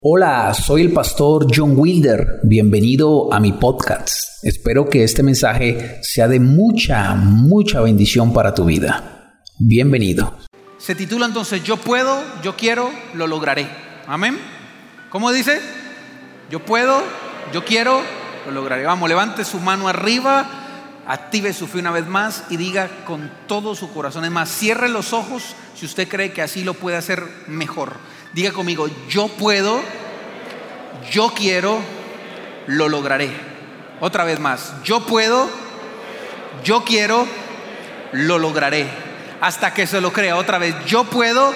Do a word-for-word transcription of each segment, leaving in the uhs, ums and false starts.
Hola, soy el pastor John Wilder. Bienvenido a mi podcast. Espero que este mensaje sea de mucha, mucha bendición para tu vida. Bienvenido. Se titula entonces, yo puedo, yo quiero, lo lograré. Amén. ¿Cómo dice? Yo puedo, yo quiero, lo lograré. Vamos, levante su mano arriba, active su fe una vez más y diga con todo su corazón. Es más, cierre los ojos si usted cree que así lo puede hacer mejor. Diga conmigo, yo puedo, yo quiero, lo lograré. Otra vez más, yo puedo, yo quiero, lo lograré. Hasta que se lo crea. Otra vez, yo puedo,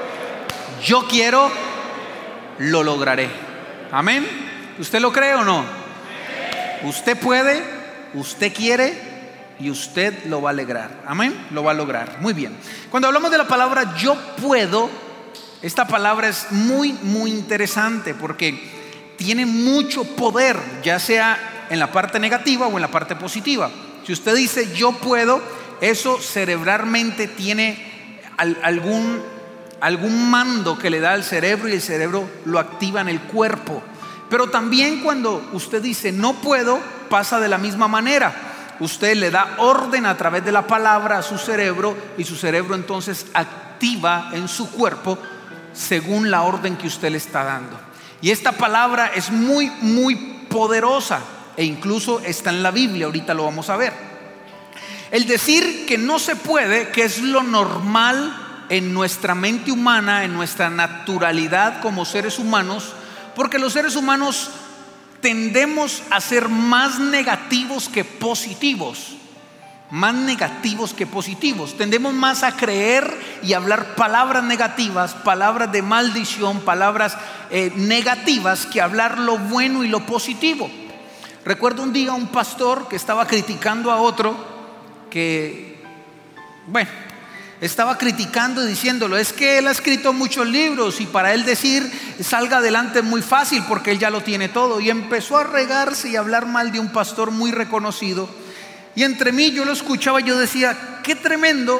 yo quiero, lo lograré. Amén. ¿Usted lo cree o no? Usted puede, usted quiere y usted lo va a lograr. Amén. Lo va a lograr. Muy bien. Cuando hablamos de la palabra yo puedo, esta palabra es muy, muy interesante porque tiene mucho poder, ya sea en la parte negativa o en la parte positiva. Si usted dice yo puedo, eso cerebralmente tiene algún, algún mando que le da al cerebro y el cerebro lo activa en el cuerpo. Pero también cuando usted dice no puedo, pasa de la misma manera. Usted le da orden a través de la palabra a su cerebro y su cerebro entonces activa en su cuerpo según la orden que usted le está dando. Y esta palabra es muy, muy poderosa e incluso está en la Biblia, ahorita lo vamos a ver. El decir que no se puede, que es lo normal en nuestra mente humana, en nuestra naturalidad como seres humanos, porque los seres humanos tendemos a ser más negativos que positivos. Más negativos que positivos. Tendemos más a creer y hablar palabras negativas, palabras de maldición, palabras eh, negativas, que hablar lo bueno y lo positivo. Recuerdo un día un pastor que estaba criticando a otro que, bueno, estaba criticando y diciéndolo, es que él ha escrito muchos libros y para él decir salga adelante es muy fácil porque él ya lo tiene todo. Y empezó a regarse y a hablar mal de un pastor muy reconocido. Y entre mí yo lo escuchaba y yo decía, qué tremendo,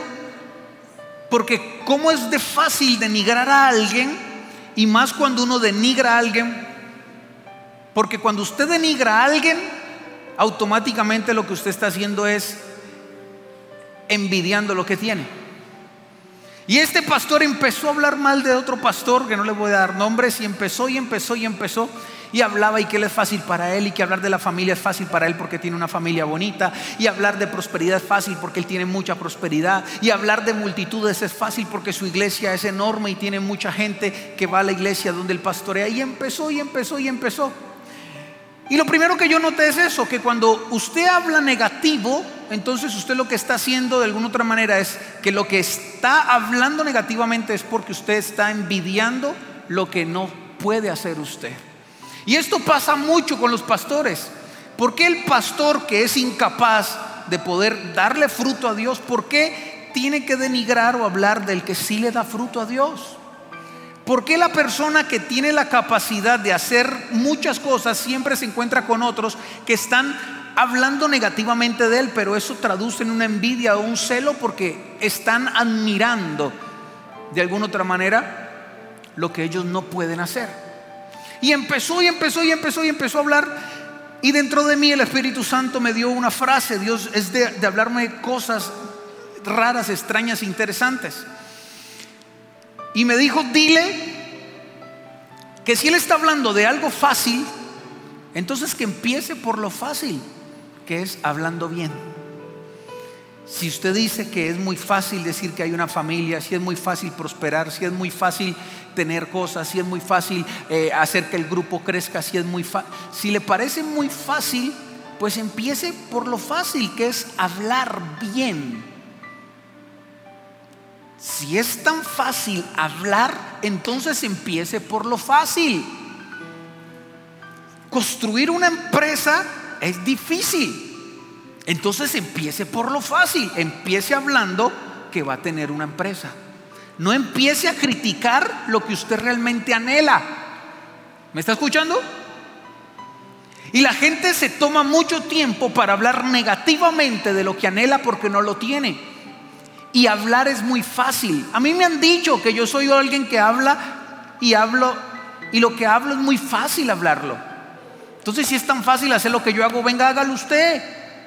porque cómo es de fácil denigrar a alguien, y más cuando uno denigra a alguien, porque cuando usted denigra a alguien, automáticamente lo que usted está haciendo es envidiando lo que tiene. Y este pastor empezó a hablar mal de otro pastor, que no le voy a dar nombres, y empezó y empezó y empezó. Y hablaba y que él es fácil para él, y que hablar de la familia es fácil para él porque tiene una familia bonita, y hablar de prosperidad es fácil porque él tiene mucha prosperidad, y hablar de multitudes es fácil porque su iglesia es enorme y tiene mucha gente que va a la iglesia donde él pastorea. Y empezó y empezó y empezó. Y lo primero que yo noté es eso, que cuando usted habla negativo, entonces usted lo que está haciendo de alguna otra manera es que lo que está hablando negativamente es porque usted está envidiando lo que no puede hacer usted. Y esto pasa mucho con los pastores. ¿Por qué el pastor que es incapaz de poder darle fruto a Dios, por qué tiene que denigrar o hablar del que sí le da fruto a Dios? ¿Por qué la persona que tiene la capacidad de hacer muchas cosas siempre se encuentra con otros que están hablando negativamente de él, pero eso traduce en una envidia o un celo porque están admirando de alguna otra manera lo que ellos no pueden hacer? Y empezó y empezó y empezó y empezó a hablar. Y dentro de mí el Espíritu Santo me dio una frase. Dios es de, de hablarme cosas raras, extrañas, interesantes. Y me dijo, dile que si él está hablando de algo fácil, entonces que empiece por lo fácil, que es hablando bien. Si usted dice que es muy fácil decir que hay una familia, si es muy fácil prosperar, si es muy fácil tener cosas, si es muy fácil eh, hacer que el grupo crezca, si es muy fácil, si le parece muy fácil, pues empiece por lo fácil, que es hablar bien. Si es tan fácil hablar, entonces empiece por lo fácil. Construir una empresa es difícil. Entonces empiece por lo fácil. Empiece hablando que va a tener una empresa. No empiece a criticar lo que usted realmente anhela. ¿Me está escuchando? Y la gente se toma mucho tiempo para hablar negativamente de lo que anhela porque no lo tiene. Y hablar es muy fácil. A mí me han dicho que yo soy alguien que habla y hablo y lo que hablo es muy fácil hablarlo. Entonces, si es tan fácil hacer lo que yo hago, venga, hágalo usted.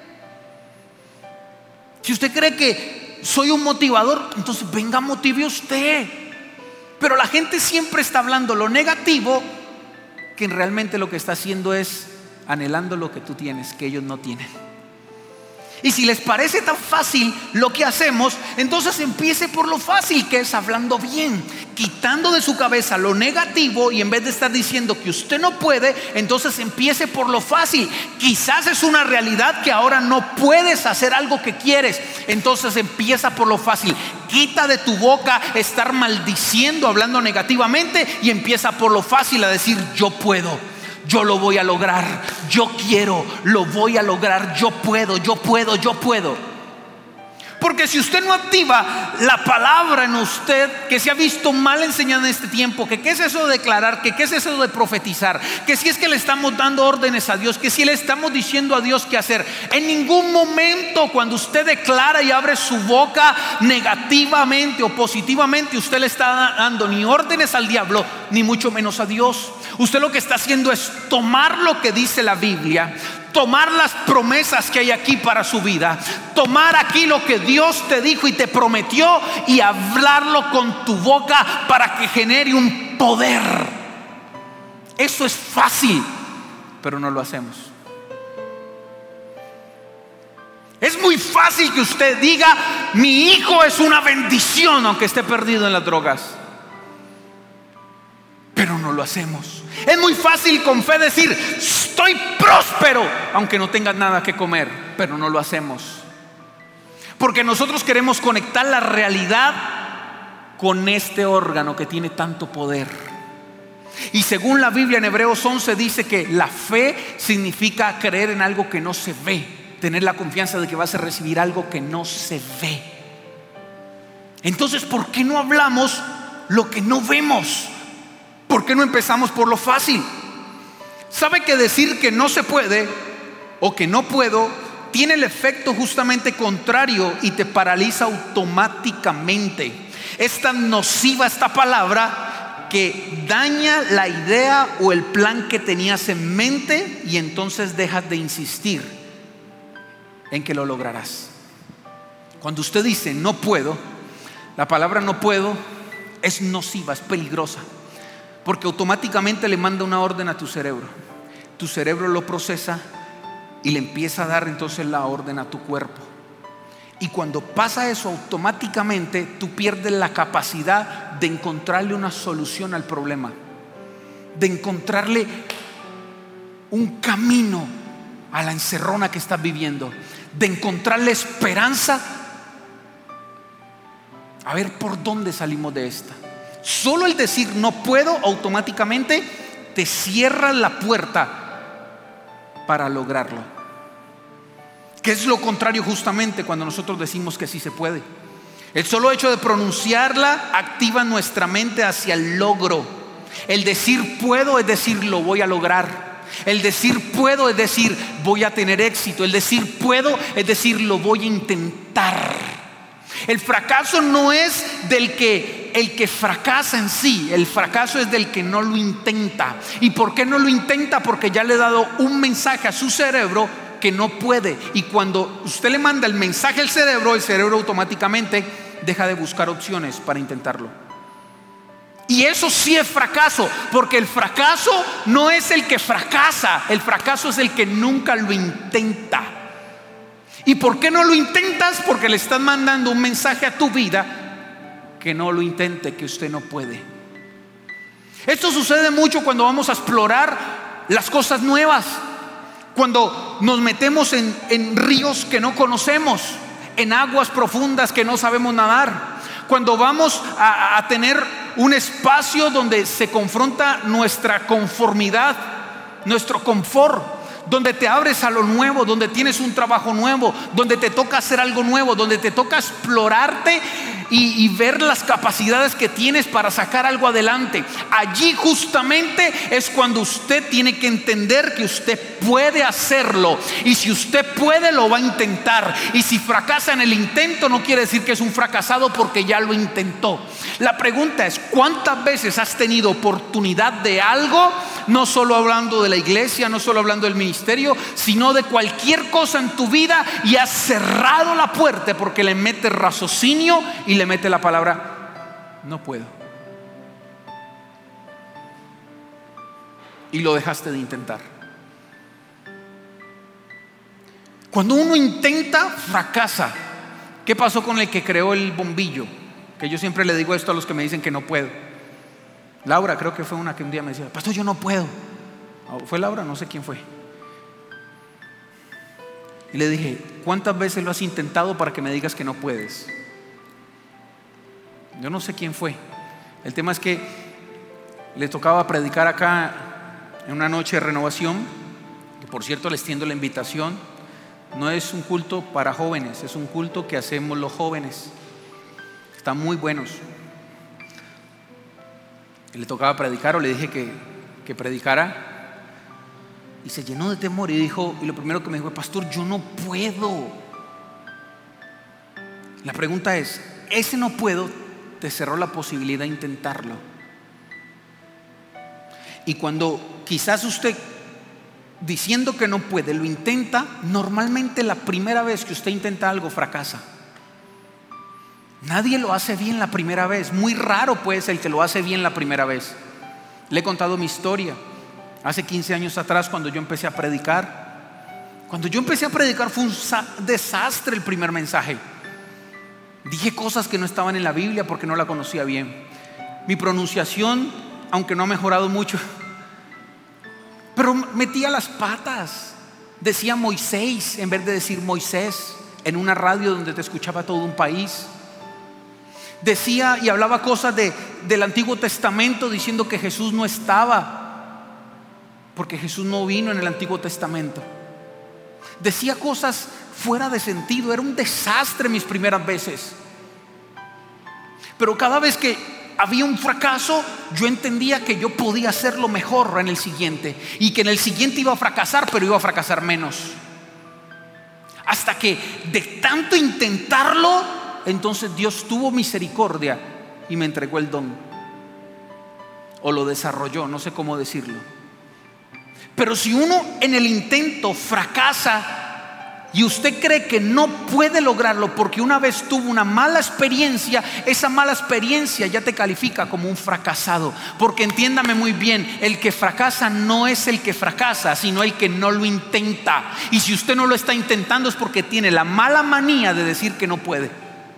Si usted cree que soy un motivador, entonces venga, motive usted. Pero la gente siempre está hablando lo negativo, que realmente lo que está haciendo es anhelando lo que tú tienes, que ellos no tienen. Y si les parece tan fácil lo que hacemos, entonces empiece por lo fácil, que es hablando bien, quitando de su cabeza lo negativo, y en vez de estar diciendo que usted no puede, entonces empiece por lo fácil. Quizás es una realidad que ahora no puedes hacer algo que quieres, entonces empieza por lo fácil. Quita de tu boca estar maldiciendo, hablando negativamente, y empieza por lo fácil a decir: yo puedo. Yo lo voy a lograr, yo quiero, lo voy a lograr, yo puedo, yo puedo, yo puedo. Porque si usted no activa la palabra en usted, que se ha visto mal enseñada en este tiempo, que qué es eso de declarar, que qué es eso de profetizar, que si es que le estamos dando órdenes a Dios, que si le estamos diciendo a Dios qué hacer, en ningún momento cuando usted declara y abre su boca negativamente o positivamente, usted le está dando ni órdenes al diablo, ni mucho menos a Dios. Usted lo que está haciendo es tomar lo que dice la Biblia, tomar las promesas que hay aquí para su vida, tomar aquí lo que Dios te dijo y te prometió, y hablarlo con tu boca para que genere un poder. Eso es fácil, pero no lo hacemos. Es muy fácil que usted diga: mi hijo es una bendición, aunque esté perdido en las drogas, pero no lo hacemos. Es muy fácil con fe decir: estoy próspero, aunque no tengas nada que comer, pero no lo hacemos. Porque nosotros queremos conectar la realidad con este órgano que tiene tanto poder. Y según la Biblia en Hebreos once dice que la fe significa creer en algo que no se ve, tener la confianza de que vas a recibir algo que no se ve. Entonces, ¿por qué no hablamos lo que no vemos? ¿Por qué no empezamos por lo fácil? ¿Sabe que decir que no se puede o que no puedo tiene el efecto justamente contrario y te paraliza automáticamente? Es tan nociva esta palabra que daña la idea o el plan que tenías en mente, y entonces dejas de insistir en que lo lograrás. Cuando usted dice no puedo, la palabra no puedo es nociva, es peligrosa. Porque automáticamente le manda una orden a tu cerebro. Tu cerebro lo procesa y le empieza a dar entonces la orden a tu cuerpo. Y cuando pasa eso, automáticamente tú pierdes la capacidad de encontrarle una solución al problema, de encontrarle un camino a la encerrona que estás viviendo, de encontrarle esperanza a ver por dónde salimos de esta. Solo el decir no puedo automáticamente te cierra la puerta para lograrlo. Que es lo contrario justamente cuando nosotros decimos que sí se puede. El solo hecho de pronunciarla activa nuestra mente hacia el logro. El decir puedo es decir lo voy a lograr. El decir puedo es decir voy a tener éxito. El decir puedo es decir lo voy a intentar. El fracaso no es del que el que fracasa en sí, el fracaso es del que no lo intenta. ¿Y por qué no lo intenta? Porque ya le he dado un mensaje a su cerebro que no puede. Y cuando usted le manda el mensaje al cerebro, el cerebro automáticamente deja de buscar opciones para intentarlo. Y eso sí es fracaso, porque el fracaso no es el que fracasa, el fracaso es el que nunca lo intenta. ¿Y por qué no lo intentas? Porque le estás mandando un mensaje a tu vida que no lo intente, que usted no puede. Esto sucede mucho cuando vamos a explorar las cosas nuevas, cuando nos metemos en, en ríos que no conocemos, en aguas profundas que no sabemos nadar, cuando vamos a, a tener un espacio donde se confronta nuestra conformidad, nuestro confort, donde te abres a lo nuevo, donde tienes un trabajo nuevo, donde te toca hacer algo nuevo, donde te toca explorarte y, y ver las capacidades que tienes para sacar algo adelante. Allí justamente es cuando usted tiene que entender que usted puede hacerlo, y si usted puede, lo va a intentar. Y si fracasa en el intento, no quiere decir que es un fracasado, porque ya lo intentó. La pregunta es: ¿cuántas veces has tenido oportunidad de algo? No solo hablando de la iglesia, no solo hablando del ministerio, sino de cualquier cosa en tu vida, y has cerrado la puerta porque le metes raciocinio y le metes la palabra no puedo, y lo dejaste de intentar. Cuando uno intenta, fracasa. ¿Qué pasó con el que creó el bombillo? Que yo siempre le digo esto a los que me dicen que no puedo. Laura, creo que fue una que un día me decía: pastor, yo no puedo. ¿Fue Laura? No sé quién fue. Y le dije: ¿cuántas veces lo has intentado para que me digas que no puedes? Yo no sé quién fue. El tema es que le tocaba predicar acá en una noche de renovación, que por cierto les extiendo la invitación. No es un culto para jóvenes, es un culto que hacemos los jóvenes. Están muy buenos. Y le tocaba predicar, o le dije que, que predicara, y se llenó de temor y dijo, y lo primero que me dijo: pastor, yo no puedo. La pregunta es: ese no puedo te cerró la posibilidad de intentarlo. Y cuando quizás usted, diciendo que no puede, lo intenta, normalmente la primera vez que usted intenta algo, fracasa. Nadie lo hace bien la primera vez. Muy raro pues el que lo hace bien la primera vez. Le he contado mi historia. Hace quince años atrás, cuando yo empecé a predicar, Cuando yo empecé a predicar fue un desastre el primer mensaje. Dije cosas que no estaban en la Biblia porque no la conocía bien. Mi pronunciación, aunque no ha mejorado mucho, pero metía las patas. Decía Moisés en vez de decir Moisés, en una radio donde te escuchaba todo un país. Decía y hablaba cosas de, del Antiguo Testamento, diciendo que Jesús no estaba, porque Jesús no vino en el Antiguo Testamento. Decía cosas fuera de sentido. Era un desastre mis primeras veces. Pero cada vez que había un fracaso, yo entendía que yo podía hacerlo mejor en el siguiente, y que en el siguiente iba a fracasar, pero iba a fracasar menos. Hasta que de tanto intentarlo, entonces Dios tuvo misericordia y me entregó el don, o lo desarrolló, no sé cómo decirlo. Pero si uno en el intento fracasa y usted cree que no puede lograrlo porque una vez tuvo una mala experiencia, esa mala experiencia ya te califica como un fracasado. Porque entiéndame muy bien, el que fracasa no es el que fracasa, sino el que no lo intenta. Y si usted no lo está intentando es porque tiene la mala manía de decir que no puede.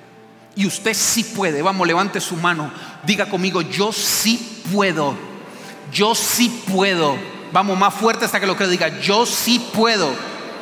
Y usted sí puede. Vamos, levante su mano, diga conmigo: yo sí puedo. Yo sí puedo. Vamos, más fuerte hasta que lo crea. Diga: yo sí puedo.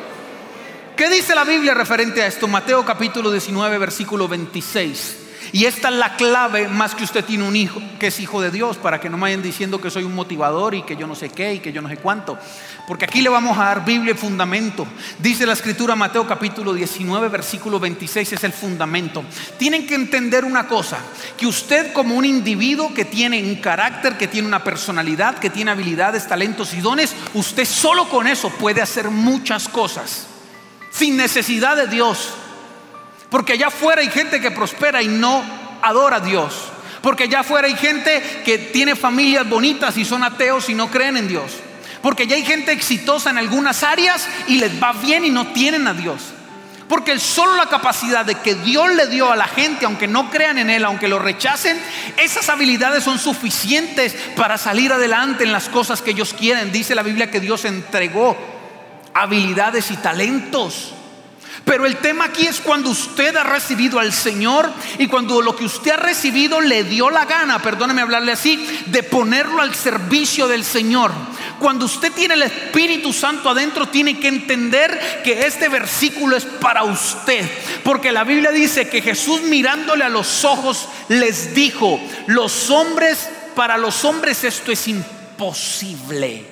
¿Qué dice la Biblia referente a esto? Mateo capítulo diecinueve versículo veintiséis. Y esta es la clave, más que usted tiene un hijo que es hijo de Dios, para que no me vayan diciendo que soy un motivador y que yo no sé qué y que yo no sé cuánto. Porque aquí le vamos a dar Biblia y fundamento. Dice la escritura, Mateo capítulo diecinueve versículo veintiséis, es el fundamento. Tienen que entender una cosa: que usted, como un individuo que tiene un carácter, que tiene una personalidad, que tiene habilidades, talentos y dones, usted solo con eso puede hacer muchas cosas sin necesidad de Dios. Porque allá afuera hay gente que prospera y no adora a Dios. Porque allá afuera hay gente que tiene familias bonitas y son ateos y no creen en Dios. Porque allá hay gente exitosa en algunas áreas y les va bien y no tienen a Dios. Porque solo la capacidad de que Dios le dio a la gente, aunque no crean en Él, aunque lo rechacen, esas habilidades son suficientes para salir adelante en las cosas que ellos quieren. Dice la Biblia que Dios entregó habilidades y talentos. Pero el tema aquí es cuando usted ha recibido al Señor y cuando lo que usted ha recibido le dio la gana, perdóneme hablarle así, de ponerlo al servicio del Señor. Cuando usted tiene el Espíritu Santo adentro, tiene que entender que este versículo es para usted. Porque la Biblia dice que Jesús, mirándole a los ojos, les dijo: los hombres, para los hombres esto es imposible.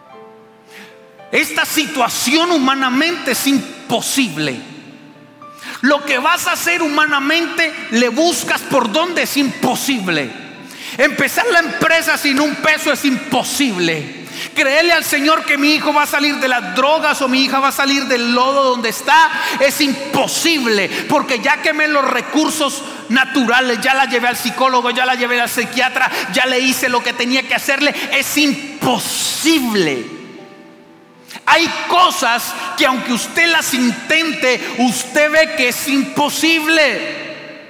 Esta situación humanamente es imposible. Lo que vas a hacer humanamente le buscas por donde es imposible. Empezar la empresa sin un peso es imposible. Creerle al Señor que mi hijo va a salir de las drogas o mi hija va a salir del lodo donde está es imposible, porque ya quemé los recursos naturales, ya la llevé al psicólogo, ya la llevé al psiquiatra, ya le hice lo que tenía que hacerle. Es imposible. Hay cosas que aunque usted las intente, usted ve que es imposible.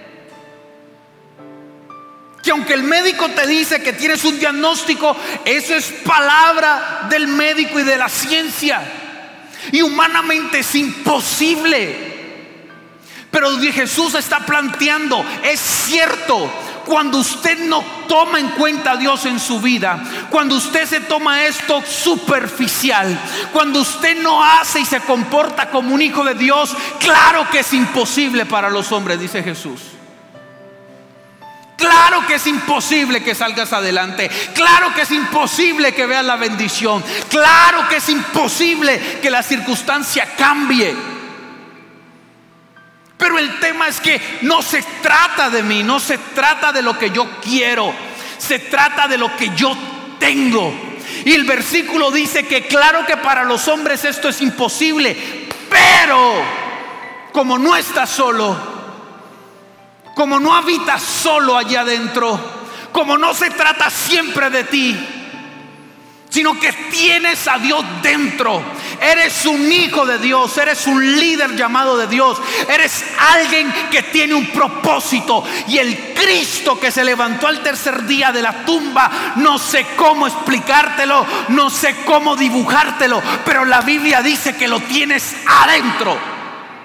Que aunque el médico te dice que tienes un diagnóstico, eso es palabra del médico y de la ciencia, y humanamente es imposible. Pero Jesús está planteando, es cierto, cuando usted no toma en cuenta a Dios en su vida, cuando usted se toma esto superficial, cuando usted no hace y se comporta como un hijo de Dios, claro que es imposible para los hombres, dice Jesús. Claro que es imposible que salgas adelante. Claro que es imposible que veas la bendición. Claro que es imposible que la circunstancia cambie. Pero el tema es que no se trata de mí, no se trata de lo que yo quiero, se trata de lo que yo tengo. Y el versículo dice que claro que para los hombres esto es imposible, pero como no estás solo, como no habitas solo allá adentro, como no se trata siempre de ti, sino que tienes a Dios dentro, eres un hijo de Dios, eres un líder llamado de Dios, eres alguien que tiene un propósito. Y el Cristo que se levantó al tercer día de la tumba, no sé cómo explicártelo, no sé cómo dibujártelo, pero la Biblia dice que lo tienes adentro.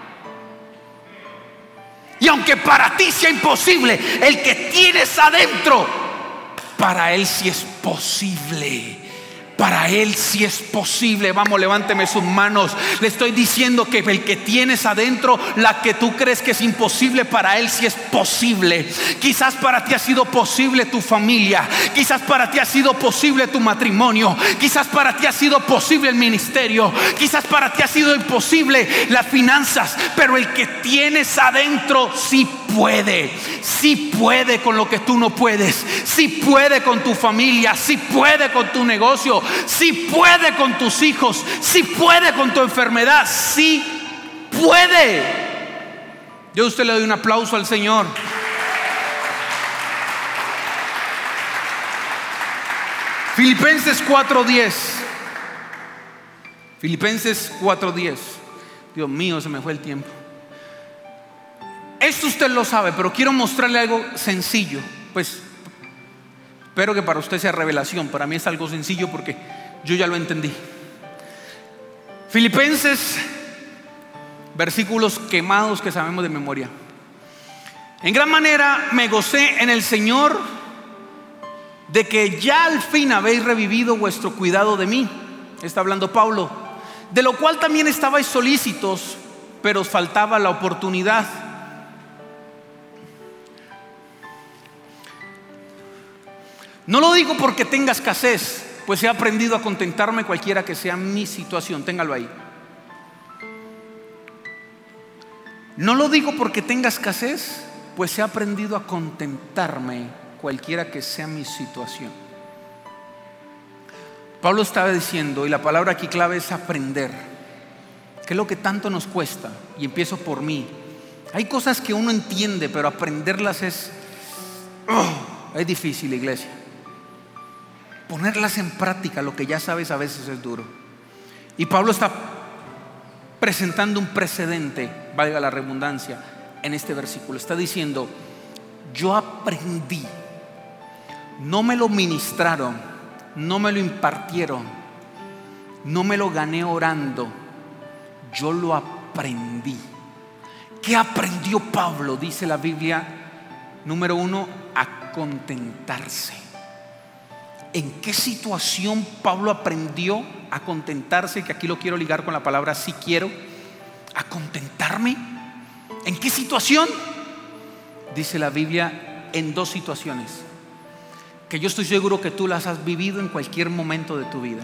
Y aunque para ti sea imposible, el que tienes adentro, para Él sí es posible. Para Él sí es posible. Vamos, levánteme sus manos. Le estoy diciendo que el que tienes adentro, la que tú crees que es imposible, para Él sí es posible. Quizás para ti ha sido posible tu familia, quizás para ti ha sido posible tu matrimonio, quizás para ti ha sido posible el ministerio, quizás para ti ha sido imposible las finanzas, pero el que tienes adentro sí puede. Sí puede con lo que tú no puedes. Sí puede con tu familia, sí puede con tu negocio, sí puede con tus hijos, sí puede con tu enfermedad, sí puede. Yo a usted le doy un aplauso al Señor. Filipenses cuatro diez. Filipenses cuatro diez. Dios mío, se me fue el tiempo. Esto usted lo sabe, pero quiero mostrarle algo sencillo. Pues espero que para usted sea revelación. Para mí es algo sencillo porque yo ya lo entendí. Filipenses, versículos quemados que sabemos de memoria. En gran manera me gocé en el Señor de que ya al fin habéis revivido vuestro cuidado de mí. Está hablando Pablo. De lo cual también estabais solícitos, pero os faltaba la oportunidad. No lo digo porque tenga escasez, pues he aprendido a contentarme cualquiera que sea mi situación. Téngalo ahí. No lo digo porque tenga escasez, pues he aprendido a contentarme cualquiera que sea mi situación. Pablo estaba diciendo, y la palabra aquí clave es aprender, que es lo que tanto nos cuesta. Y empiezo por mí. Hay cosas que uno entiende, pero aprenderlas es, oh, es difícil, iglesia. Ponerlas en práctica, lo que ya sabes, a veces es duro. Y Pablo está presentando un precedente, valga la redundancia, en este versículo. Está diciendo, yo aprendí, no me lo ministraron, no me lo impartieron, no me lo gané orando, yo lo aprendí. ¿Qué aprendió Pablo? Dice la Biblia, número uno, a contentarse. ¿En qué situación Pablo aprendió a contentarse? Que aquí lo quiero ligar con la palabra sí quiero. ¿A contentarme? ¿En qué situación? Dice la Biblia, en dos situaciones que yo estoy seguro que tú las has vivido en cualquier momento de tu vida.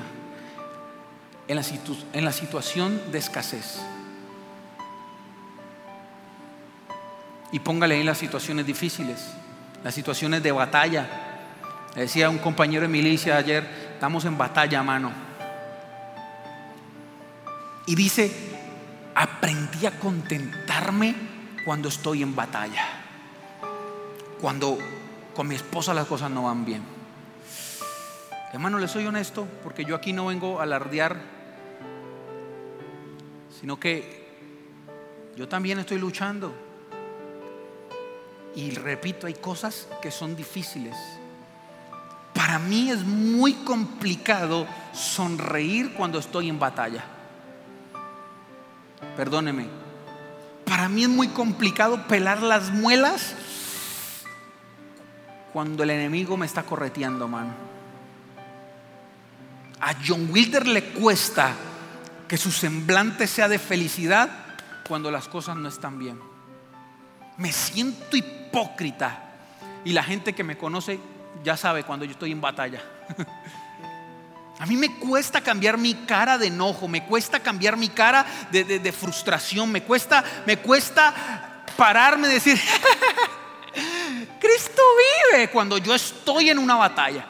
En la, situ- en la situación de escasez. Y póngale ahí las situaciones difíciles, las situaciones de batalla. Le decía a un compañero de milicia ayer, estamos en batalla, mano. Y dice, aprendí a contentarme cuando estoy en batalla, cuando con mi esposa las cosas no van bien. Hermano, les soy honesto, porque yo aquí no vengo a alardear, sino que yo también estoy luchando. Y repito, hay cosas que son difíciles. Para mí es muy complicado sonreír cuando estoy en batalla. Perdóneme. Para mí es muy complicado pelar las muelas cuando el enemigo me está correteando, mano. A John Wilder le cuesta que su semblante sea de felicidad cuando las cosas no están bien. Me siento hipócrita. Y la gente que me conoce ya sabe cuando yo estoy en batalla. A mí me cuesta cambiar mi cara de enojo, me cuesta cambiar mi cara de, de, de frustración, me cuesta, me cuesta pararme y decir Cristo vive cuando yo estoy en una batalla.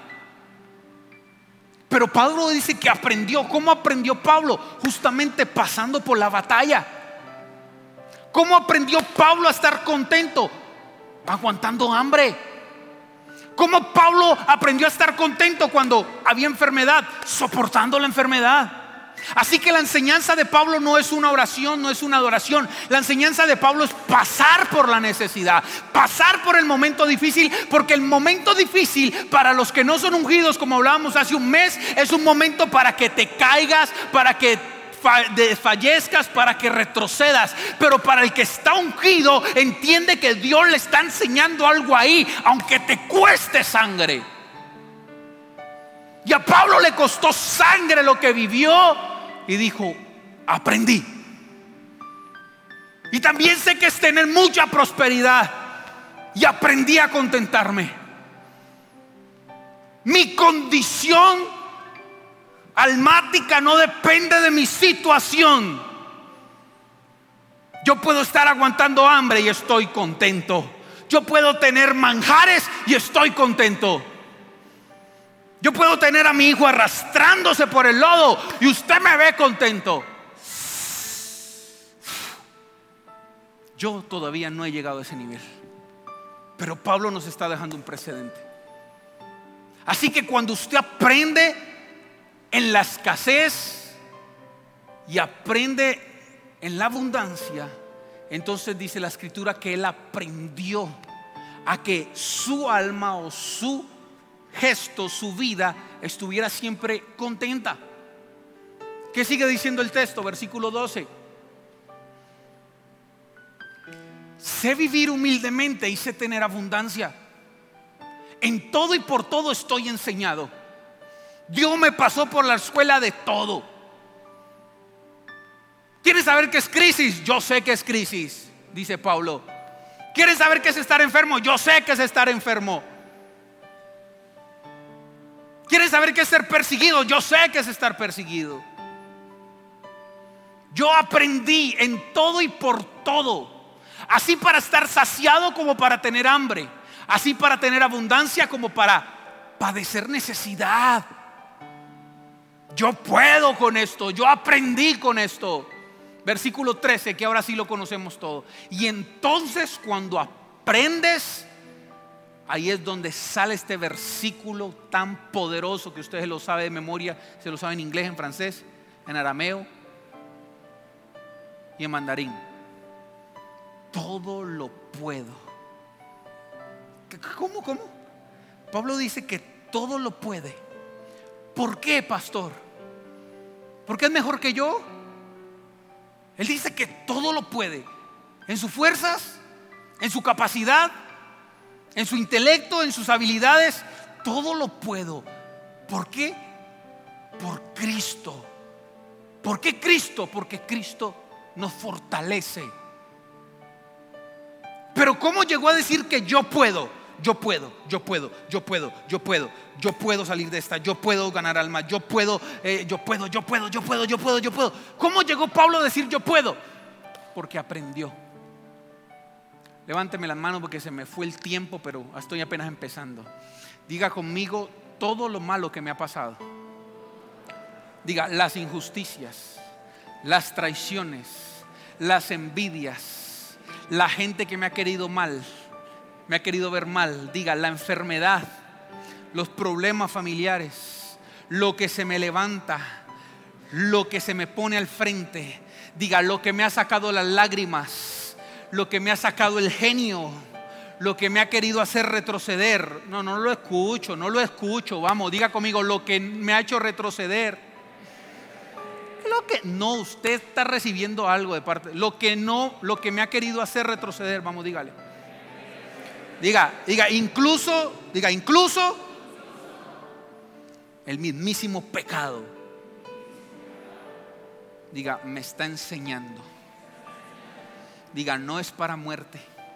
Pero Pablo dice que aprendió. ¿Cómo aprendió Pablo? Justamente pasando por la batalla. ¿Cómo aprendió Pablo a estar contento? Aguantando hambre. ¿Cómo Pablo aprendió a estar contento cuando había enfermedad? Soportando la enfermedad. Así que la enseñanza de Pablo no es una oración, no es una adoración. La enseñanza de Pablo es pasar por la necesidad, pasar por el momento difícil, porque el momento difícil para los que no son ungidos, como hablábamos hace un mes, es un momento para que te caigas, para que desfallezcas, para que retrocedas. Pero para el que está ungido, entiende que Dios le está enseñando algo ahí, aunque te cueste sangre. Y a Pablo le costó sangre lo que vivió, y dijo, aprendí. Y también sé que es tener mucha prosperidad, y aprendí a contentarme. Mi condición almática no depende de mi situación. Yo puedo estar aguantando hambre y estoy contento. Yo puedo tener manjares y estoy contento. Yo puedo tener a mi hijo arrastrándose por el lodo y usted me ve contento. Yo todavía no he llegado a ese nivel, pero Pablo nos está dejando un precedente. Así que cuando usted aprende en la escasez y aprende en la abundancia, entonces dice la escritura que él aprendió a que su alma o su gesto, su vida estuviera siempre contenta. ¿Qué sigue diciendo el texto? Versículo doce. Sé vivir humildemente y sé tener abundancia. En todo y por todo estoy enseñado. Dios me pasó por la escuela de todo. ¿Quieres saber qué es crisis? Yo sé que es crisis, dice Pablo. ¿Quieres saber qué es estar enfermo? Yo sé que es estar enfermo. ¿Quieres saber qué es ser perseguido? Yo sé que es estar perseguido. Yo aprendí en todo y por todo, así para estar saciado como para tener hambre, así para tener abundancia como para padecer necesidad. Yo puedo con esto, yo aprendí con esto. Versículo trece, que ahora sí lo conocemos todo. Y entonces cuando aprendes, ahí es donde sale este versículo tan poderoso que ustedes lo saben de memoria. Se lo saben en inglés, en francés, en arameo y en mandarín. Todo lo puedo. ¿Cómo? ¿Cómo? Pablo dice que todo lo puede. ¿Por qué, pastor? ¿Porque es mejor que yo? Él dice que todo lo puede. En sus fuerzas, en su capacidad, en su intelecto, en sus habilidades. Todo lo puedo. ¿Por qué? Por Cristo. ¿Por qué Cristo? Porque Cristo nos fortalece. Pero ¿cómo llegó a decir que yo puedo? Yo puedo, yo puedo, yo puedo, yo puedo, yo puedo salir de esta, yo puedo ganar alma, yo puedo, eh, yo puedo, yo puedo, yo puedo, yo puedo, yo puedo. ¿Cómo llegó Pablo a decir yo puedo? Porque aprendió. Levánteme las manos porque se me fue el tiempo, pero estoy apenas empezando. Diga conmigo todo lo malo que me ha pasado. Diga las injusticias, las traiciones, las envidias, la gente que me ha querido mal, me ha querido ver mal. Diga la enfermedad, los problemas familiares, lo que se me levanta, lo que se me pone al frente. Diga lo que me ha sacado las lágrimas, lo que me ha sacado el genio, lo que me ha querido hacer retroceder. No, no lo escucho, no lo escucho. Vamos, diga conmigo lo que me ha hecho retroceder. Lo que no, usted está recibiendo algo de parte. Lo que no, lo que me ha querido hacer retroceder. Vamos, dígale. Diga, diga, incluso, diga, incluso el mismísimo pecado. Diga, me está enseñando. Diga, no es para muerte,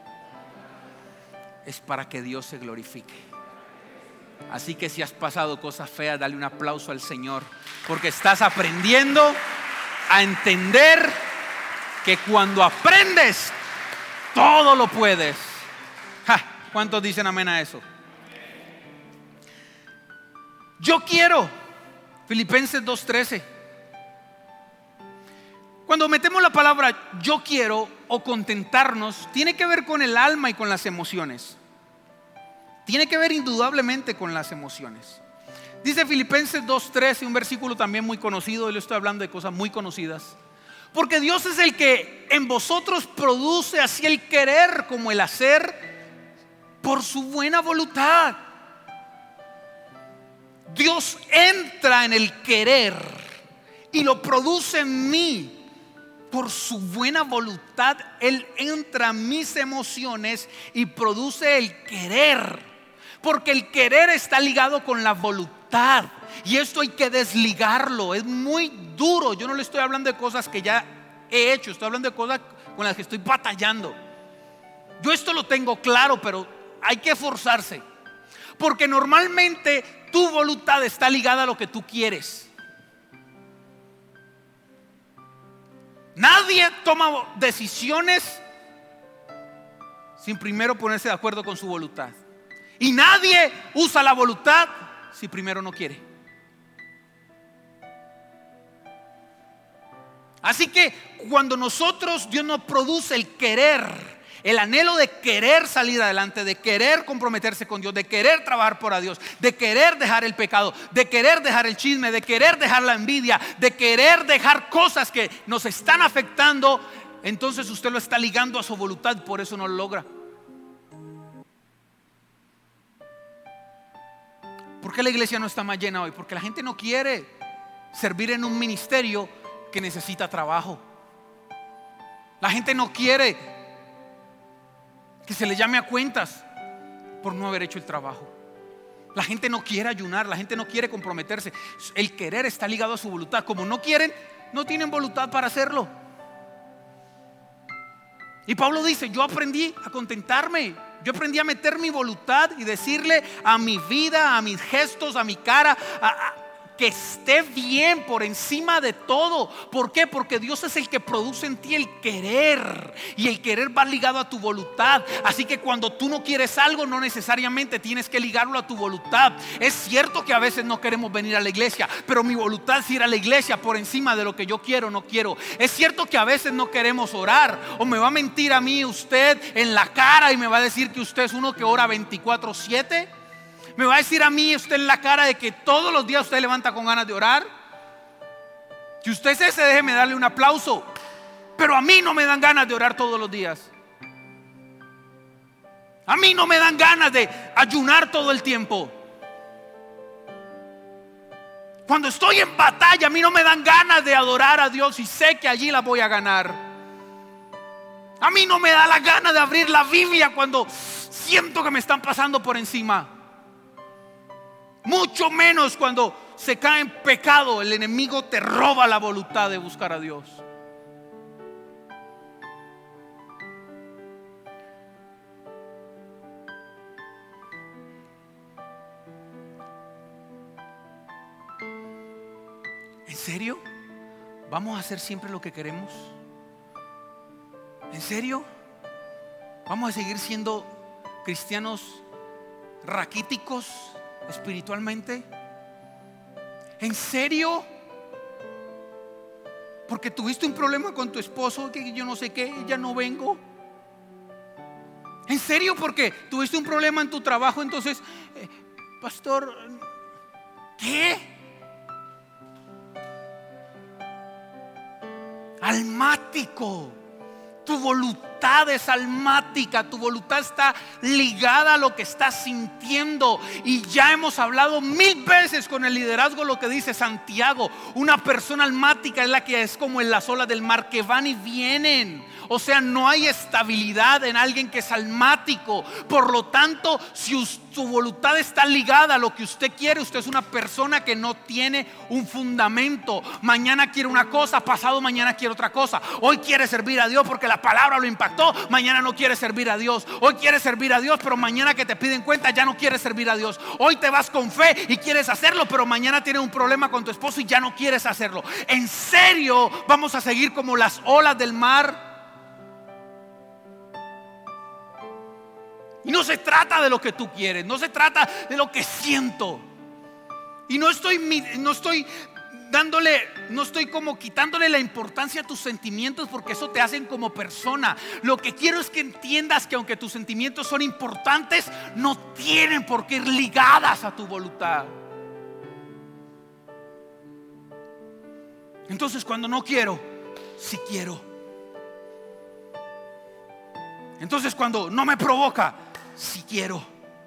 es para que Dios se glorifique. Así que si has pasado cosas feas, dale un aplauso al Señor, porque estás aprendiendo a entender que cuando aprendes, todo lo puedes. ¡Ja! ¿Cuántos dicen amén a eso? Yo quiero, Filipenses dos trece. Cuando metemos la palabra yo quiero o contentarnos, tiene que ver con el alma y con las emociones. Tiene que ver indudablemente con las emociones. Dice Filipenses dos trece, un versículo también muy conocido. Y le estoy hablando de cosas muy conocidas. Porque Dios es el que en vosotros produce así el querer como el hacer por su buena voluntad. Dios entra en el querer y lo produce en mí. Por su buena voluntad, Él entra en mis emociones y produce el querer. Porque el querer está ligado con la voluntad. Y esto hay que desligarlo. Es muy duro. Yo no le estoy hablando de cosas que ya he hecho. Estoy hablando de cosas con las que estoy batallando. Yo esto lo tengo claro, pero hay que esforzarse. Porque normalmente tu voluntad está ligada a lo que tú quieres. Nadie toma decisiones sin primero ponerse de acuerdo con su voluntad. Y nadie usa la voluntad si primero no quiere. Así que cuando nosotros, Dios nos produce el querer, el anhelo de querer salir adelante, de querer comprometerse con Dios, de querer trabajar por Dios, de querer dejar el pecado, de querer dejar el chisme, de querer dejar la envidia, de querer dejar cosas que nos están afectando, entonces usted lo está ligando a su voluntad, por eso no lo logra. ¿Por qué la iglesia no está más llena hoy? Porque la gente no quiere servir en un ministerio que necesita trabajo. La gente no quiere que se le llame a cuentas por no haber hecho el trabajo. La gente no quiere ayunar, la gente no quiere comprometerse. El querer está ligado a su voluntad. Como no quieren, no tienen voluntad para hacerlo. Y Pablo dice, yo aprendí a contentarme. Yo aprendí a meter mi voluntad y decirle a mi vida, a mis gestos, a mi cara, a, a, que esté bien por encima de todo. ¿Por qué? Porque Dios es el que produce en ti el querer. Y el querer va ligado a tu voluntad. Así que cuando tú no quieres algo, no necesariamente tienes que ligarlo a tu voluntad. Es cierto que a veces no queremos venir a la iglesia, pero mi voluntad es ir a la iglesia por encima de lo que yo quiero o no quiero. Es cierto que a veces no queremos orar, o me va a mentir a mí usted en la cara y me va a decir que usted es uno que ora veinticuatro siete. Me va a decir a mí usted en la cara de que todos los días usted levanta con ganas de orar. Si usted es ese, déjeme darle un aplauso. Pero a mí no me dan ganas de orar todos los días. A mí no me dan ganas de ayunar todo el tiempo. Cuando estoy en batalla, a mí no me dan ganas de adorar a Dios y sé que allí la voy a ganar. A mí no me da la gana de abrir la Biblia cuando siento que me están pasando por encima. Mucho menos cuando se cae en pecado. El enemigo te roba la voluntad de buscar a Dios. ¿En serio? ¿Vamos a hacer siempre lo que queremos? ¿En serio? Vamos a seguir siendo cristianos raquíticos espiritualmente. ¿En serio? Porque tuviste un problema con tu esposo, que yo no sé qué, ya no vengo. ¿En serio? Porque tuviste un problema en tu trabajo, entonces, eh, pastor, ¿qué? Almático. Tu voluntad es almática, tu voluntad está ligada a lo que estás sintiendo. Y ya hemos hablado mil veces con el liderazgo lo que dice Santiago. Una persona almática es la que es como en las olas del mar, que van y vienen. O sea, no hay estabilidad en alguien que es almático. Por lo tanto, si su voluntad está ligada a lo que usted quiere, usted es una persona que no tiene un fundamento. Mañana quiere una cosa, pasado mañana quiere otra cosa. Hoy quiere servir a Dios porque la palabra lo impactó, mañana no quiere servir a Dios. Hoy quiere servir a Dios, pero mañana que te piden cuenta ya no quieres servir a Dios. Hoy te vas con fe y quieres hacerlo, pero mañana tienes un problema con tu esposo y ya no quieres hacerlo. ¿En serio vamos a seguir como las olas del mar? Y no se trata de lo que tú quieres, no se trata de lo que siento. Y no estoy, no estoy dándole, no estoy como quitándole la importancia a tus sentimientos, porque eso te hacen como persona. Lo que quiero es que entiendas que aunque tus sentimientos son importantes, no tienen por qué ir ligadas a tu voluntad. Entonces, cuando no quiero, sí quiero. Entonces, cuando no me provoca, si quiero.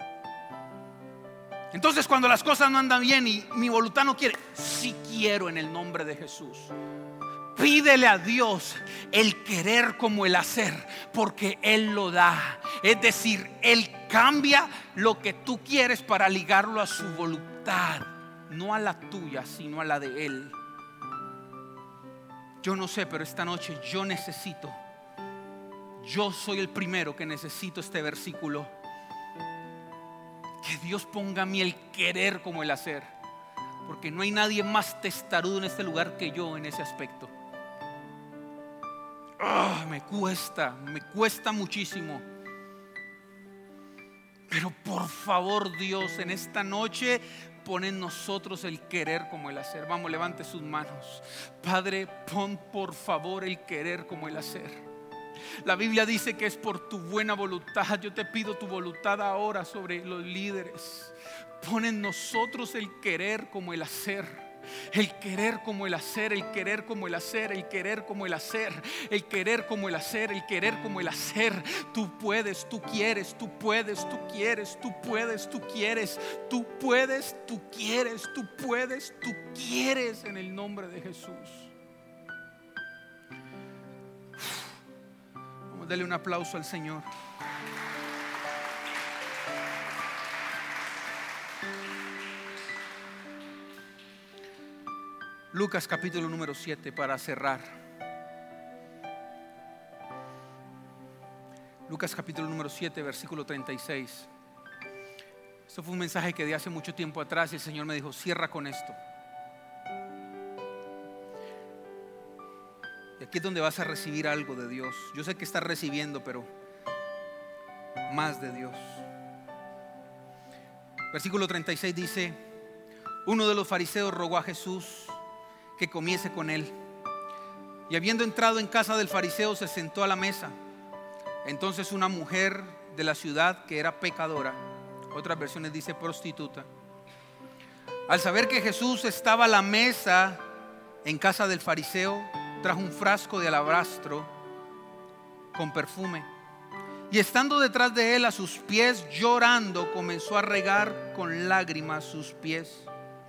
Entonces, cuando las cosas no andan bien y mi voluntad no quiere, si quiero, en el nombre de Jesús. Pídele a Dios el querer como el hacer, porque Él lo da. Es decir, Él cambia lo que tú quieres para ligarlo a su voluntad, no a la tuya, sino a la de Él. Yo no sé, pero esta noche yo necesito, yo soy el primero que necesito este versículo. Que Dios ponga a mí el querer como el hacer, porque no hay nadie más testarudo en este lugar que yo en ese aspecto. Oh, me cuesta, me cuesta muchísimo. Pero por favor, Dios, en esta noche pon en nosotros el querer como el hacer. Vamos, levante sus manos. Padre, pon por favor el querer como el hacer. La Biblia dice que es por tu buena voluntad. Yo te pido tu voluntad ahora sobre los líderes. Pon en nosotros el querer como el hacer. El querer como el hacer, el querer como el hacer, el querer como el hacer, el querer como el hacer, el querer como el hacer. Tú puedes, tú quieres, tú puedes, tú quieres, tú puedes, tú quieres, tú puedes, tú quieres, tú puedes, tú quieres, en el nombre de Jesús. Dale un aplauso al Señor. Lucas capítulo número siete para cerrar. Lucas capítulo número siete, versículo treinta y seis. Esto fue un mensaje que di hace mucho tiempo atrás y el Señor me dijo: cierra con esto. Y aquí es donde vas a recibir algo de Dios. Yo sé que estás recibiendo, pero más de Dios. Versículo treinta y seis dice: uno de los fariseos rogó a Jesús que comiese con él. Y habiendo entrado en casa del fariseo, se sentó a la mesa. Entonces una mujer de la ciudad, que era pecadora, otras versiones dice prostituta, al saber que Jesús estaba a la mesa en casa del fariseo, trajo un frasco de alabastro con perfume, y estando detrás de él a sus pies, llorando, comenzó a regar con lágrimas sus pies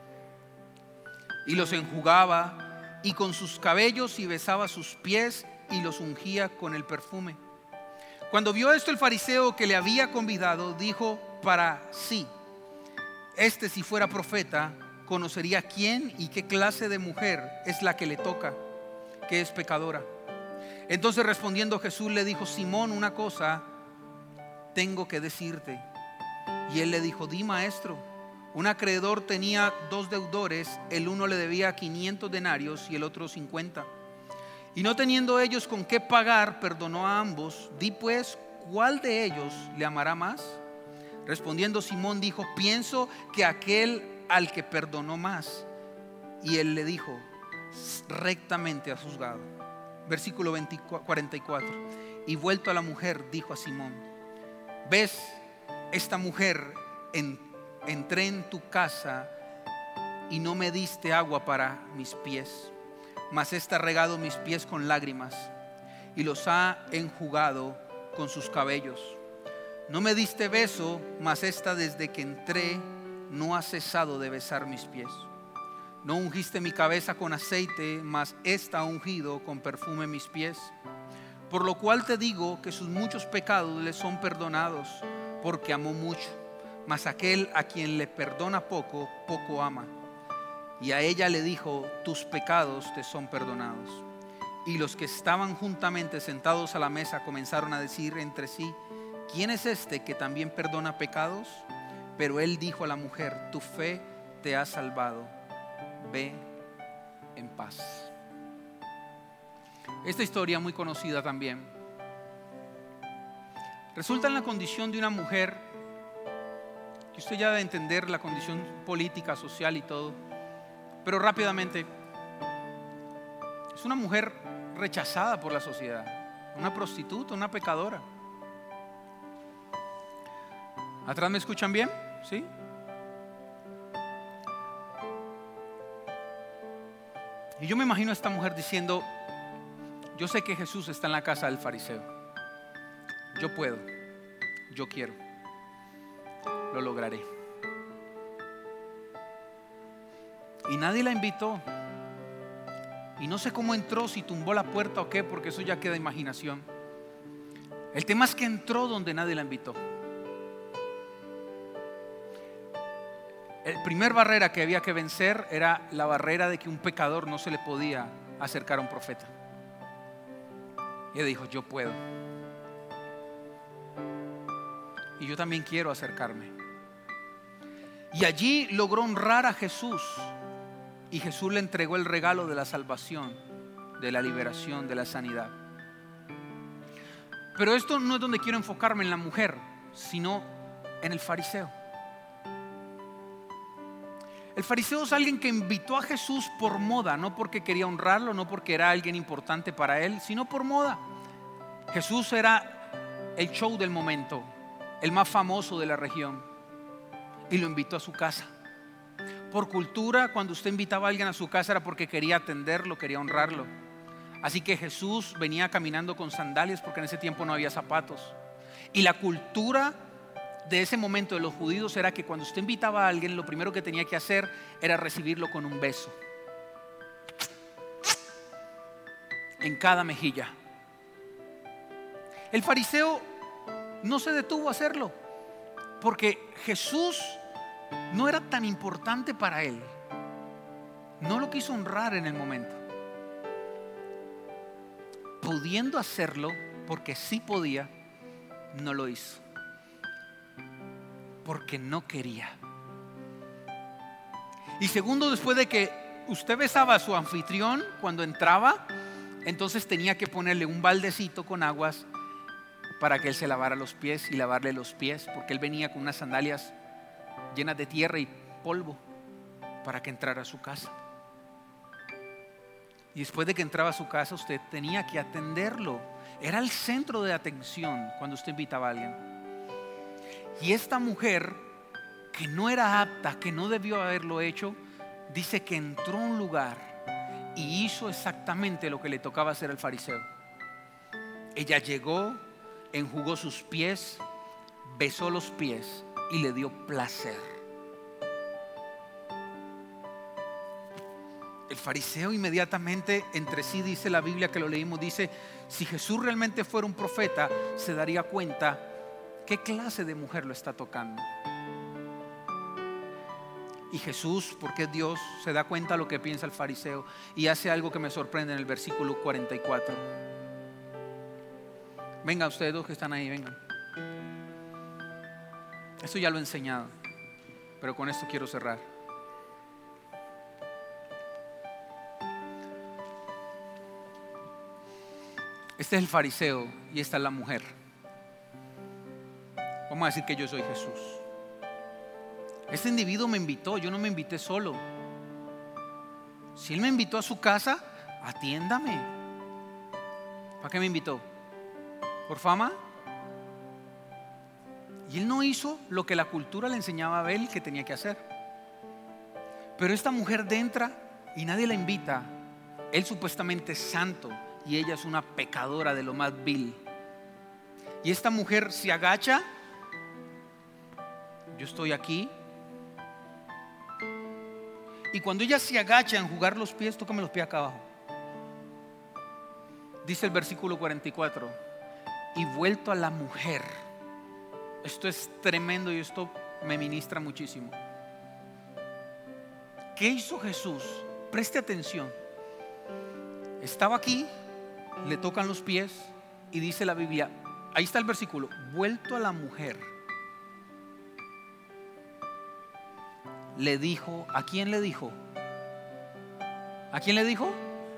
y los enjugaba, y con sus cabellos, y besaba sus pies y los ungía con el perfume. Cuando vio esto el fariseo que le había convidado, dijo para sí: este, si fuera profeta, conocería quién y qué clase de mujer es la que le toca, que es pecadora. Entonces respondiendo Jesús le dijo: Simón, una cosa tengo que decirte. Y él le dijo: di, maestro. Un acreedor tenía dos deudores, el uno le debía quinientos denarios y el otro cincuenta. Y no teniendo ellos con qué pagar, perdonó a ambos. Di pues ¿cuál de ellos le amará más? Respondiendo Simón dijo, pienso que aquel al que perdonó más. Y él le dijo, rectamente has juzgado. Versículo cuarenta y cuatro. Y vuelto a la mujer, dijo a Simón, ¿ves esta mujer? En, entré en tu casa y no me diste agua para mis pies, mas ésta ha regado mis pies con lágrimas y los ha enjugado con sus cabellos. No me diste beso, mas ésta desde que entré no ha cesado de besar mis pies. No ungiste mi cabeza con aceite, mas ésta ha ungido con perfume mis pies. Por lo cual te digo que sus muchos pecados le son perdonados, porque amó mucho. Mas aquel a quien le perdona poco, poco ama. Y a ella le dijo, tus pecados te son perdonados. Y los que estaban juntamente sentados a la mesa comenzaron a decir entre sí, ¿quién es este que también perdona pecados? Pero él dijo a la mujer, tu fe te ha salvado, ve en paz. Esta historia muy conocida también resulta en la condición de una mujer, que usted ya debe entender la condición política, social y todo, pero rápidamente es una mujer rechazada por la sociedad, una prostituta, una pecadora. ¿Atrás me escuchan bien? ¿Sí? Y yo me imagino a esta mujer diciendo, yo sé que Jesús está en la casa del fariseo. Yo puedo, yo quiero, lo lograré. Y nadie la invitó. Y no sé cómo entró, si tumbó la puerta o qué, porque eso ya queda imaginación. El tema es que entró donde nadie la invitó. La primera barrera que había que vencer era la barrera de que un pecador no se le podía acercar a un profeta. Y ella dijo, yo puedo. Y yo también quiero acercarme. Y allí logró honrar a Jesús. Y Jesús le entregó el regalo de la salvación, de la liberación, de la sanidad. Pero esto no es donde quiero enfocarme, en la mujer, sino en el fariseo. El fariseo es alguien que invitó a Jesús por moda, no porque quería honrarlo, no porque era alguien importante para él, sino por moda. Jesús era el show del momento, el más famoso de la región, y lo invitó a su casa. Por cultura, cuando usted invitaba a alguien a su casa era porque quería atenderlo, quería honrarlo. Así que Jesús venía caminando con sandalias porque en ese tiempo no había zapatos. Y la cultura de ese momento de los judíos era que cuando usted invitaba a alguien, lo primero que tenía que hacer era recibirlo con un beso en cada mejilla. El fariseo no se detuvo a hacerlo porque Jesús no era tan importante para él. No lo quiso honrar en el momento, pudiendo hacerlo porque sí podía. No lo hizo porque no quería. Y segundo, después de que usted besaba a su anfitrión cuando entraba, entonces tenía que ponerle un baldecito con aguas para que él se lavara los pies y lavarle los pies, porque él venía con unas sandalias llenas de tierra y polvo para que entrara a su casa. Y después de que entraba a su casa, usted tenía que atenderlo. Era el centro de atención cuando usted invitaba a alguien. Y esta mujer, que no era apta, que no debió haberlo hecho, dice que entró a un lugar y hizo exactamente lo que le tocaba hacer al fariseo. Ella llegó, enjugó sus pies, besó los pies y le dio placer. El fariseo inmediatamente entre sí, dice la Biblia que lo leímos, dice, si Jesús realmente fuera un profeta, se daría cuenta qué clase de mujer lo está tocando. Y Jesús, porque es Dios, se da cuenta de lo que piensa el fariseo y hace algo que me sorprende en el versículo cuarenta y cuatro. Vengan ustedes dos que están ahí, vengan. Esto ya lo he enseñado, pero con esto quiero cerrar. Este es el fariseo y esta es la mujer. Vamos a decir que yo soy Jesús. Este individuo me invitó, yo no me invité solo. Si él me invitó a su casa, atiéndame. ¿Para qué me invitó? ¿Por fama? Y él no hizo lo que la cultura le enseñaba a él que tenía que hacer. Pero esta mujer entra y nadie la invita. Él supuestamente es santo y ella es una pecadora de lo más vil. Y esta mujer se agacha. Yo estoy aquí. Y cuando ella se agacha a enjugar los pies, tócame los pies acá abajo. Dice el versículo cuarenta y cuatro: y vuelto a la mujer. Esto es tremendo y esto me ministra muchísimo. ¿Qué hizo Jesús? Preste atención. Estaba aquí, le tocan los pies y dice la Biblia, ahí está el versículo, vuelto a la mujer, le dijo, ¿a quién le dijo? ¿A quién le dijo?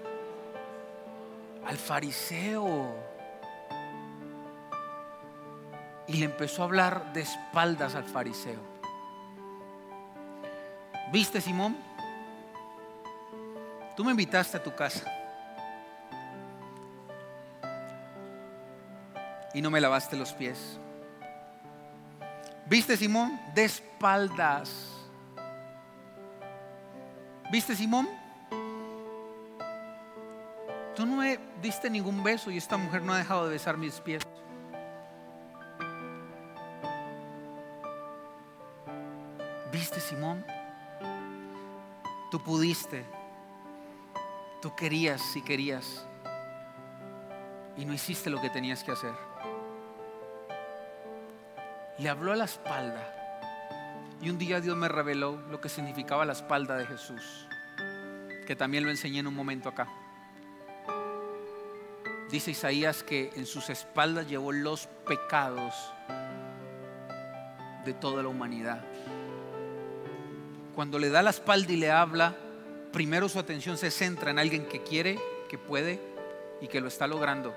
Al fariseo. Y le empezó a hablar de espaldas al fariseo. ¿Viste, Simón? Tú me invitaste a tu casa y no me lavaste los pies. ¿Viste, Simón? De espaldas. ¿Viste, Simón? Tú no me diste ningún beso y esta mujer no ha dejado de besar mis pies. ¿Viste, Simón? Tú pudiste, tú querías si querías y no hiciste lo que tenías que hacer. Le habló a la espalda y un día Dios me reveló lo que significaba la espalda de Jesús, que también lo enseñé en un momento acá. Dice Isaías que en sus espaldas llevó los pecados de toda la humanidad. Cuando le da la espalda y le habla, primero su atención se centra en alguien que quiere, que puede y que lo está logrando.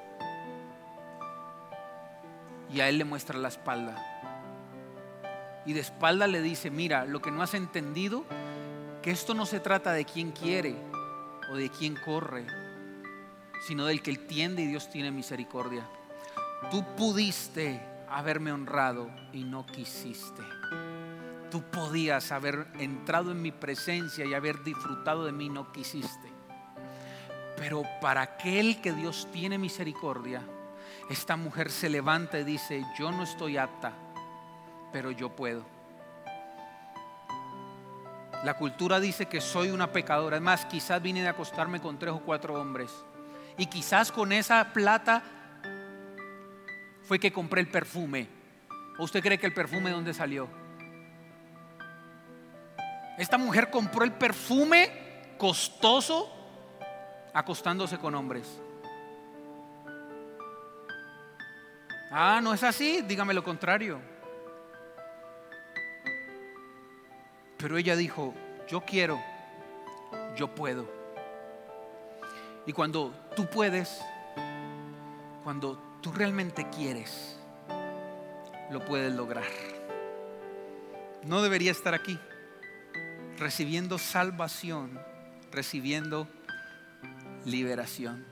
Y a él le muestra la espalda. Y de espalda le dice, mira, lo que no has entendido, que esto no se trata de quién quiere o de quién corre, sino del que entiende y Dios tiene misericordia. Tú pudiste haberme honrado y no quisiste. Tú podías haber entrado en mi presencia y haber disfrutado de mí, no quisiste. Pero para aquel que Dios tiene misericordia, esta mujer se levanta y dice, yo no estoy apta, pero yo puedo. La cultura dice que soy una pecadora. Es más, quizás vine de acostarme con tres o cuatro hombres y quizás con esa plata fue que compré el perfume. ¿O usted cree que el perfume de dónde salió? Esta mujer compró el perfume costoso acostándose con hombres. Ah, ¿no es así? Dígame lo contrario. Pero ella dijo, yo quiero, yo puedo. Y cuando tú puedes, cuando tú realmente quieres, lo puedes lograr. No debería estar aquí recibiendo salvación, recibiendo liberación.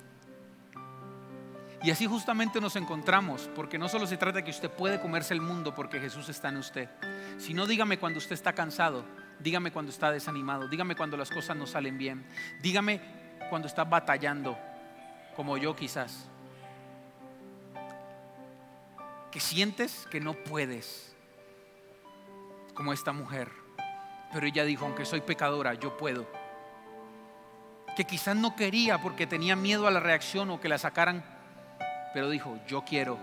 Y así justamente nos encontramos, porque no solo se trata de que usted puede comerse el mundo porque Jesús está en usted, sino dígame cuando usted está cansado, dígame cuando está desanimado, dígame cuando las cosas no salen bien, dígame cuando está batallando, como yo quizás, que sientes que no puedes, como esta mujer. Pero ella dijo, aunque soy pecadora, yo puedo. Que quizás no quería porque tenía miedo a la reacción o que la sacaran, pero dijo, yo quiero.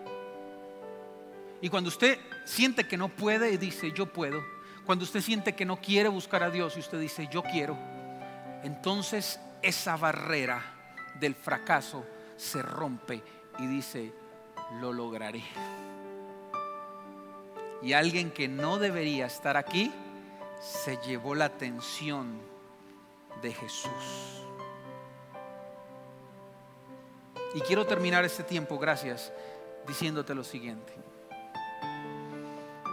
Y cuando usted siente que no puede y dice, yo puedo, cuando usted siente que no quiere buscar a Dios y usted dice, yo quiero, entonces esa barrera del fracaso se rompe y dice, lo lograré. Y alguien que no debería estar aquí se llevó la atención de Jesús. Y quiero terminar este tiempo, gracias, diciéndote lo siguiente.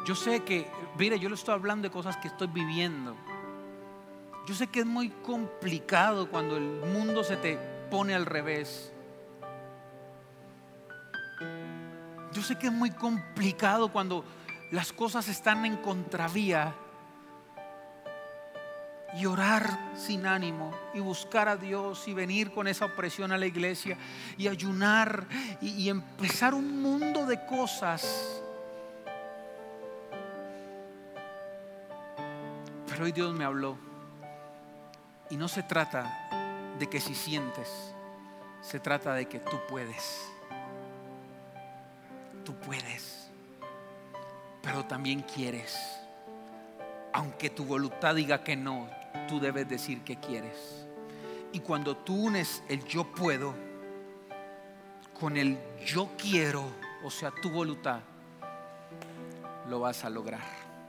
Yo sé que, mire, yo le estoy hablando de cosas que estoy viviendo. Yo sé que es muy complicado cuando el mundo se te pone al revés. Yo sé que es muy complicado cuando las cosas están en contravía. Y orar sin ánimo y buscar a Dios y venir con esa opresión a la iglesia y ayunar y, y empezar un mundo de cosas. Pero hoy Dios me habló y no se trata de que si sientes, se trata de que tú puedes. Tú puedes, pero también quieres. Aunque tu voluntad diga que no, tú debes decir que quieres. Y cuando tú unes el yo puedo con el yo quiero, o sea, tu voluntad, lo vas a lograr.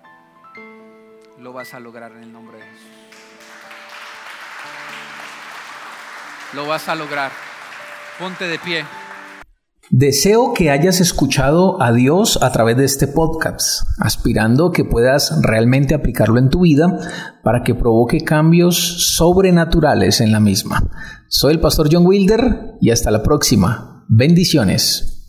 Lo vas a lograr en el nombre de Jesús. Lo vas a lograr. Ponte de pie. Deseo que hayas escuchado a Dios a través de este podcast, aspirando que puedas realmente aplicarlo en tu vida para que provoque cambios sobrenaturales en la misma. Soy el pastor John Wilder y hasta la próxima. Bendiciones.